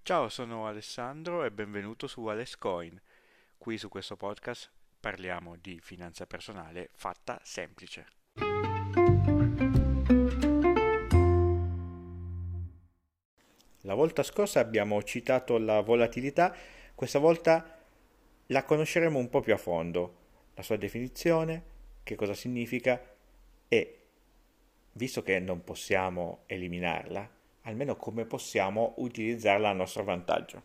Ciao, sono Alessandro e benvenuto su Alescoin. Qui su questo podcast parliamo di finanza personale fatta semplice. La volta scorsa abbiamo citato la volatilità, questa volta la conosceremo un po' più a fondo, la sua definizione, che cosa significa e, visto che non possiamo eliminarla, almeno come possiamo utilizzarla a nostro vantaggio.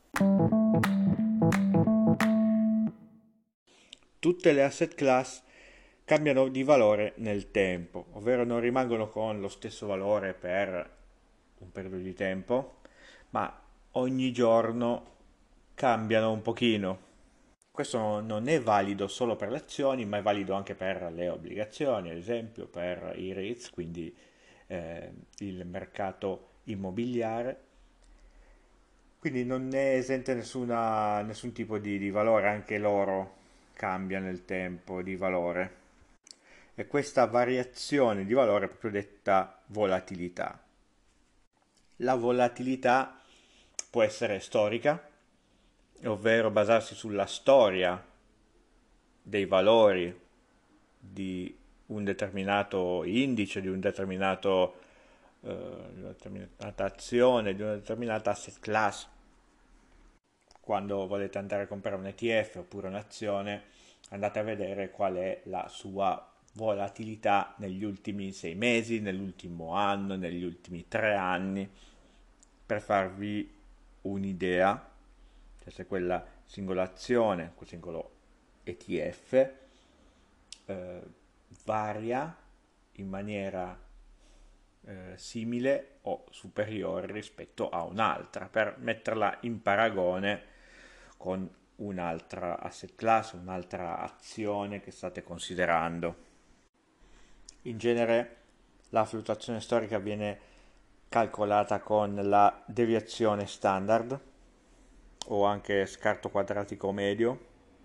Tutte le asset class cambiano di valore nel tempo, ovvero non rimangono con lo stesso valore per un periodo di tempo, ma ogni giorno cambiano un pochino. Questo non è valido solo per le azioni, ma è valido anche per le obbligazioni, ad esempio per i REITs, quindi il mercato immobiliare. Quindi non è esente nessun tipo di valore, anche loro cambia nel tempo di valore. E questa variazione di valore è proprio detta volatilità. La volatilità può essere storica, ovvero basarsi sulla storia dei valori di un determinato indice, di una determinata azione, di una determinata asset class. Quando volete andare a comprare un ETF oppure un'azione, andate a vedere qual è la sua volatilità negli ultimi 6 mesi, nell'ultimo anno, negli ultimi 3 anni, per farvi un'idea, cioè se quella singola azione, quel singolo ETF eh, varia in maniera simile o superiore rispetto a un'altra, per metterla in paragone con un'altra asset class, un'altra azione che state considerando. In genere la fluttuazione storica viene calcolata con la deviazione standard o anche scarto quadratico medio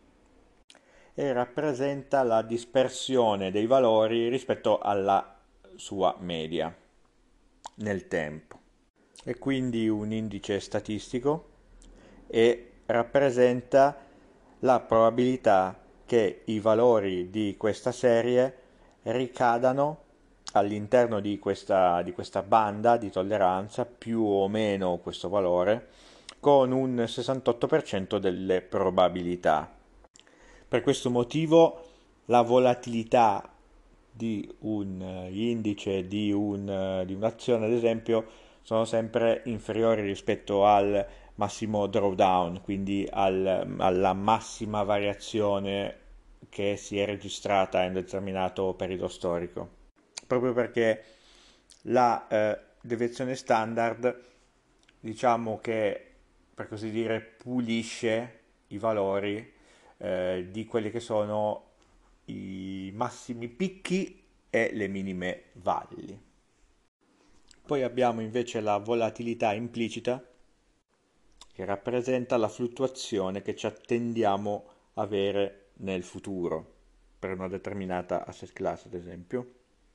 e rappresenta la dispersione dei valori rispetto alla sua media nel tempo. È quindi un indice statistico e rappresenta la probabilità che i valori di questa serie ricadano all'interno di questa banda di tolleranza, più o meno questo valore, con un 68% delle probabilità. Per questo motivo la volatilità di un indice, di un'azione, ad esempio, sono sempre inferiori rispetto al massimo drawdown, quindi alla massima variazione che si è registrata in un determinato periodo storico. Proprio perché la deviazione standard, diciamo che per così dire, pulisce i valori di quelli che sono i massimi picchi e le minime valli. Poi abbiamo invece la volatilità implicita, che rappresenta la fluttuazione che ci attendiamo avere nel futuro per una determinata asset class, ad esempio.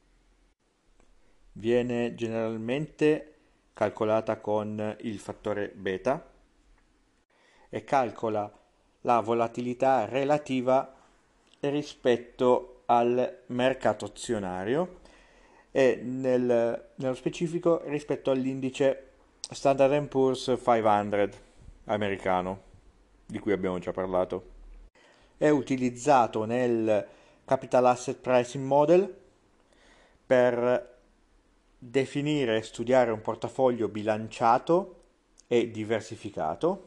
Viene generalmente calcolata con il fattore beta e calcola la volatilità relativa rispetto al mercato azionario e nello specifico rispetto all'indice Standard Poor's 500 americano, di cui abbiamo già parlato. È utilizzato nel Capital Asset Pricing Model per definire e studiare un portafoglio bilanciato e diversificato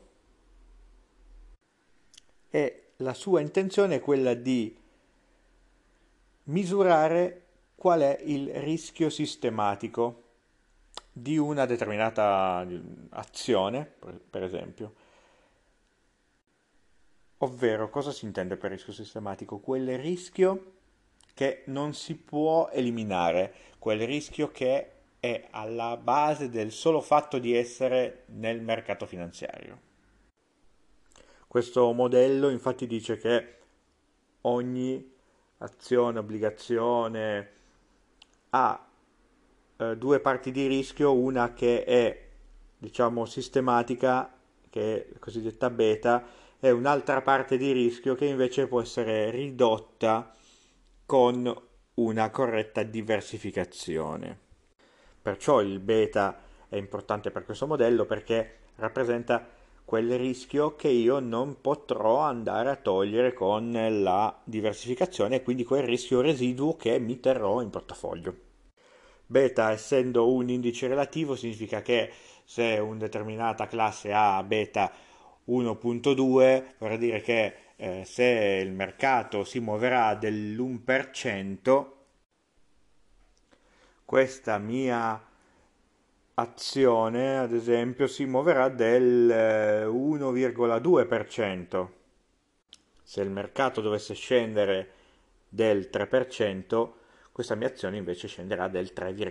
e la sua intenzione è quella di misurare qual è il rischio sistematico di una determinata azione, per esempio. Ovvero, cosa si intende per rischio sistematico? Quel rischio che non si può eliminare, quel rischio che è alla base del solo fatto di essere nel mercato finanziario. Questo modello infatti dice che ogni azione, obbligazione ha due parti di rischio, una che è diciamo, sistematica, che è la cosiddetta beta, è un'altra parte di rischio che invece può essere ridotta con una corretta diversificazione. Perciò il beta è importante per questo modello perché rappresenta quel rischio che io non potrò andare a togliere con la diversificazione e quindi quel rischio residuo che mi terrò in portafoglio. Beta, essendo un indice relativo, significa che se una determinata classe ha beta 1.2, vorrà dire che se il mercato si muoverà dell'1%, questa mia azione, ad esempio, si muoverà del 1,2%. Se il mercato dovesse scendere del 3%, questa mia azione invece scenderà del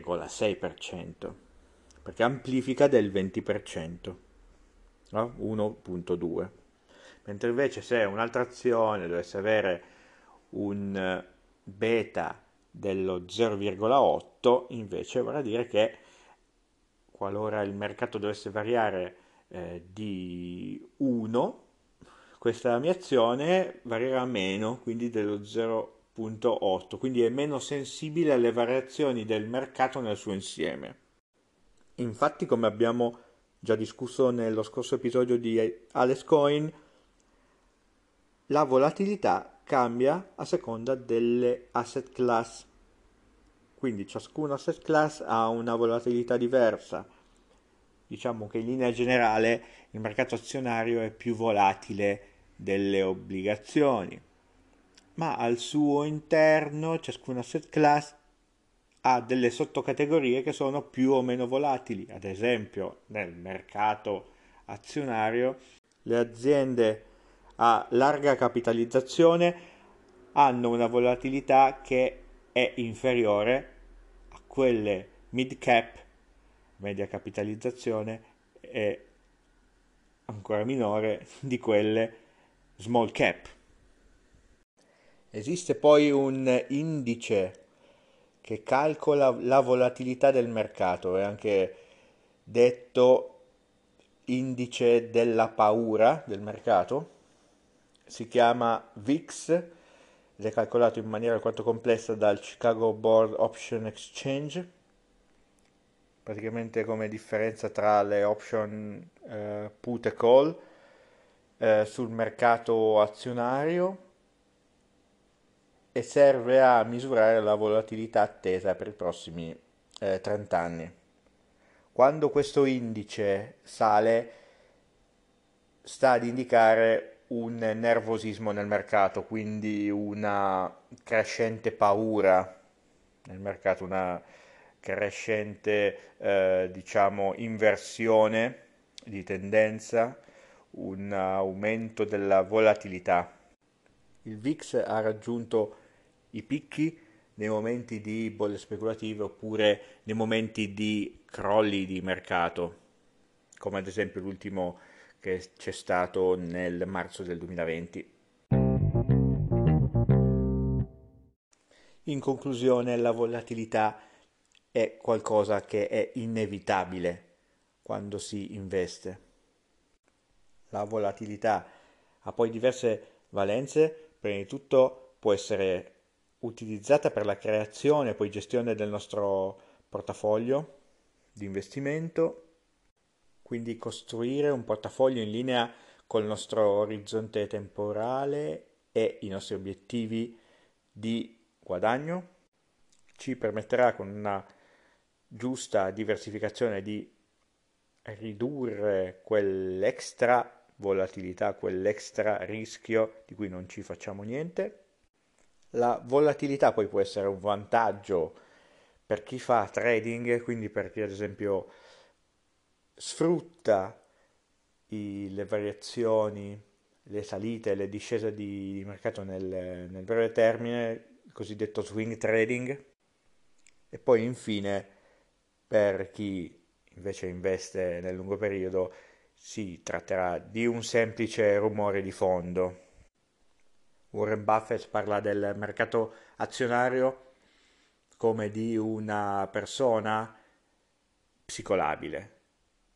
3,6%, perché amplifica del 20%, no? 1.2. Mentre invece se un'altra azione dovesse avere un beta dello 0,8, invece vorrà dire che qualora il mercato dovesse variare di 1, questa mia azione varierà meno, quindi dello 0,8, quindi è meno sensibile alle variazioni del mercato nel suo insieme. Infatti, come abbiamo già discusso nello scorso episodio di Alex Coin, la volatilità cambia a seconda delle asset class. Quindi ciascuna asset class ha una volatilità diversa. Diciamo che in linea generale il mercato azionario è più volatile delle obbligazioni, ma al suo interno ciascuna asset class ha delle sottocategorie che sono più o meno volatili. Ad esempio, nel mercato azionario, le aziende a larga capitalizzazione hanno una volatilità che è inferiore a quelle mid cap, media capitalizzazione, è ancora minore di quelle small cap. Esiste poi un indice che calcola la volatilità del mercato, è anche detto indice della paura del mercato, si chiama VIX ed è calcolato in maniera alquanto complessa dal Chicago Board Option Exchange, praticamente come differenza tra le option put e call sul mercato azionario, e serve a misurare la volatilità attesa per i prossimi 30 anni. Quando questo indice sale, sta ad indicare un nervosismo nel mercato, quindi una crescente paura nel mercato, una crescente, diciamo, inversione di tendenza, un aumento della volatilità. Il VIX ha raggiunto i picchi nei momenti di bolle speculative oppure nei momenti di crolli di mercato, come ad esempio l'ultimo che c'è stato nel marzo del 2020. In conclusione, la volatilità è qualcosa che è inevitabile quando si investe. La volatilità ha poi diverse valenze, prima di tutto può essere utilizzata per la creazione e poi gestione del nostro portafoglio di investimento, quindi costruire un portafoglio in linea col nostro orizzonte temporale e i nostri obiettivi di guadagno ci permetterà con una giusta diversificazione di ridurre quell'extra volatilità, quell'extra rischio di cui non ci facciamo niente. La volatilità poi può essere un vantaggio per chi fa trading, quindi per chi ad esempio sfrutta le variazioni, le salite, le discese di mercato nel breve termine, il cosiddetto swing trading, e poi infine per chi invece investe nel lungo periodo si tratterà di un semplice rumore di fondo. Warren Buffett parla del mercato azionario come di una persona psicolabile.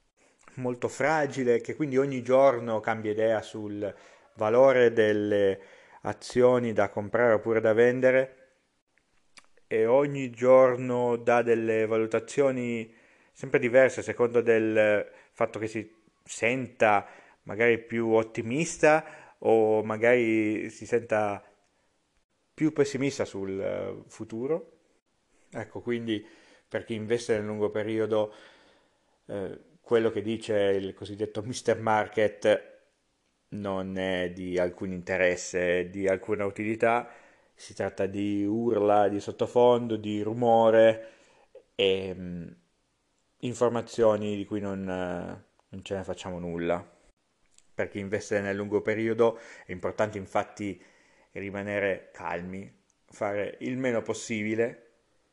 molto fragile, che quindi ogni giorno cambia idea sul valore delle azioni da comprare oppure da vendere e ogni giorno dà delle valutazioni sempre diverse a seconda del fatto che si senta magari più ottimista o magari si senta più pessimista sul futuro. Ecco, quindi per chi investe nel lungo periodo, quello che dice il cosiddetto Mr. Market non è di alcun interesse, di alcuna utilità, si tratta di urla di sottofondo, di rumore e informazioni di cui non ce ne facciamo nulla. Per chi investe nel lungo periodo è importante infatti rimanere calmi, fare il meno possibile,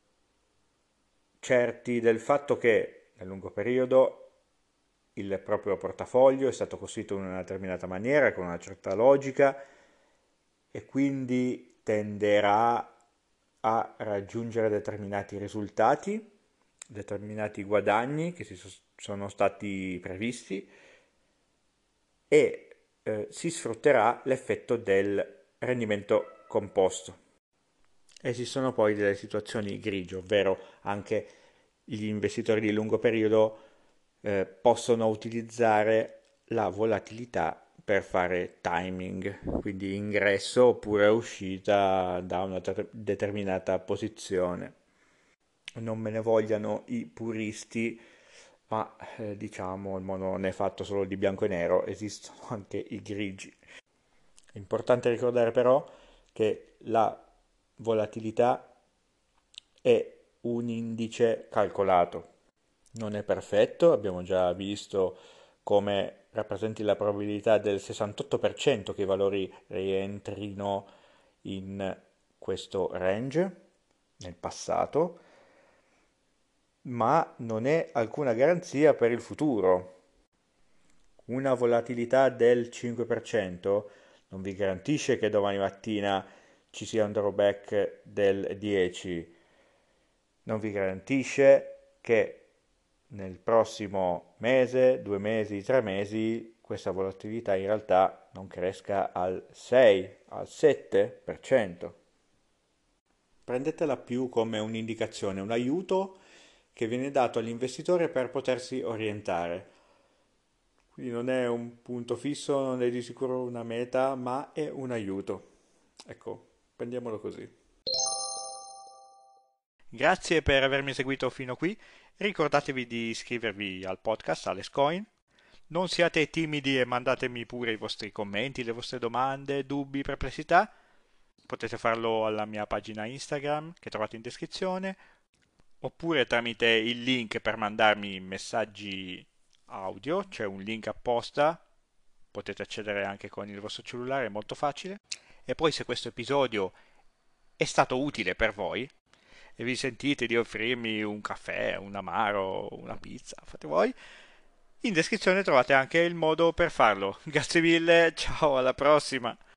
certi del fatto che nel lungo periodo il proprio portafoglio è stato costruito in una determinata maniera, con una certa logica e quindi tenderà a raggiungere determinati risultati, determinati guadagni che sono stati previsti e si sfrutterà l'effetto del rendimento composto. Esistono poi delle situazioni grigie, ovvero anche gli investitori di lungo periodo possono utilizzare la volatilità per fare timing, quindi ingresso oppure uscita da una determinata posizione. Non me ne vogliano i puristi, ma diciamo il mondo non è fatto solo di bianco e nero, esistono anche i grigi. È importante ricordare però che la volatilità è un indice calcolato. Non è perfetto, abbiamo già visto come rappresenti la probabilità del 68% che i valori rientrino in questo range nel passato, ma non è alcuna garanzia per il futuro. Una volatilità del 5% non vi garantisce che domani mattina ci sia un drawback del 10%, non vi garantisce che nel prossimo mese, 2 mesi, 3 mesi, questa volatilità in realtà non cresca al 6, al 7%. Prendetela più come un'indicazione, un aiuto che viene dato all'investitore per potersi orientare. Quindi non è un punto fisso, non è di sicuro una meta, ma è un aiuto. Ecco, prendiamolo così. Grazie per avermi seguito fino a qui. Ricordatevi di iscrivervi al podcast Alex Coin. Non siate timidi e mandatemi pure i vostri commenti, le vostre domande, dubbi, perplessità. Potete farlo alla mia pagina Instagram che trovate in descrizione, oppure tramite il link per mandarmi messaggi audio, c'è un link apposta, potete accedere anche con il vostro cellulare, è molto facile. E poi se questo episodio è stato utile per voi e vi sentite di offrirmi un caffè, un amaro, una pizza, fate voi, in descrizione trovate anche il modo per farlo. Grazie mille, ciao, alla prossima!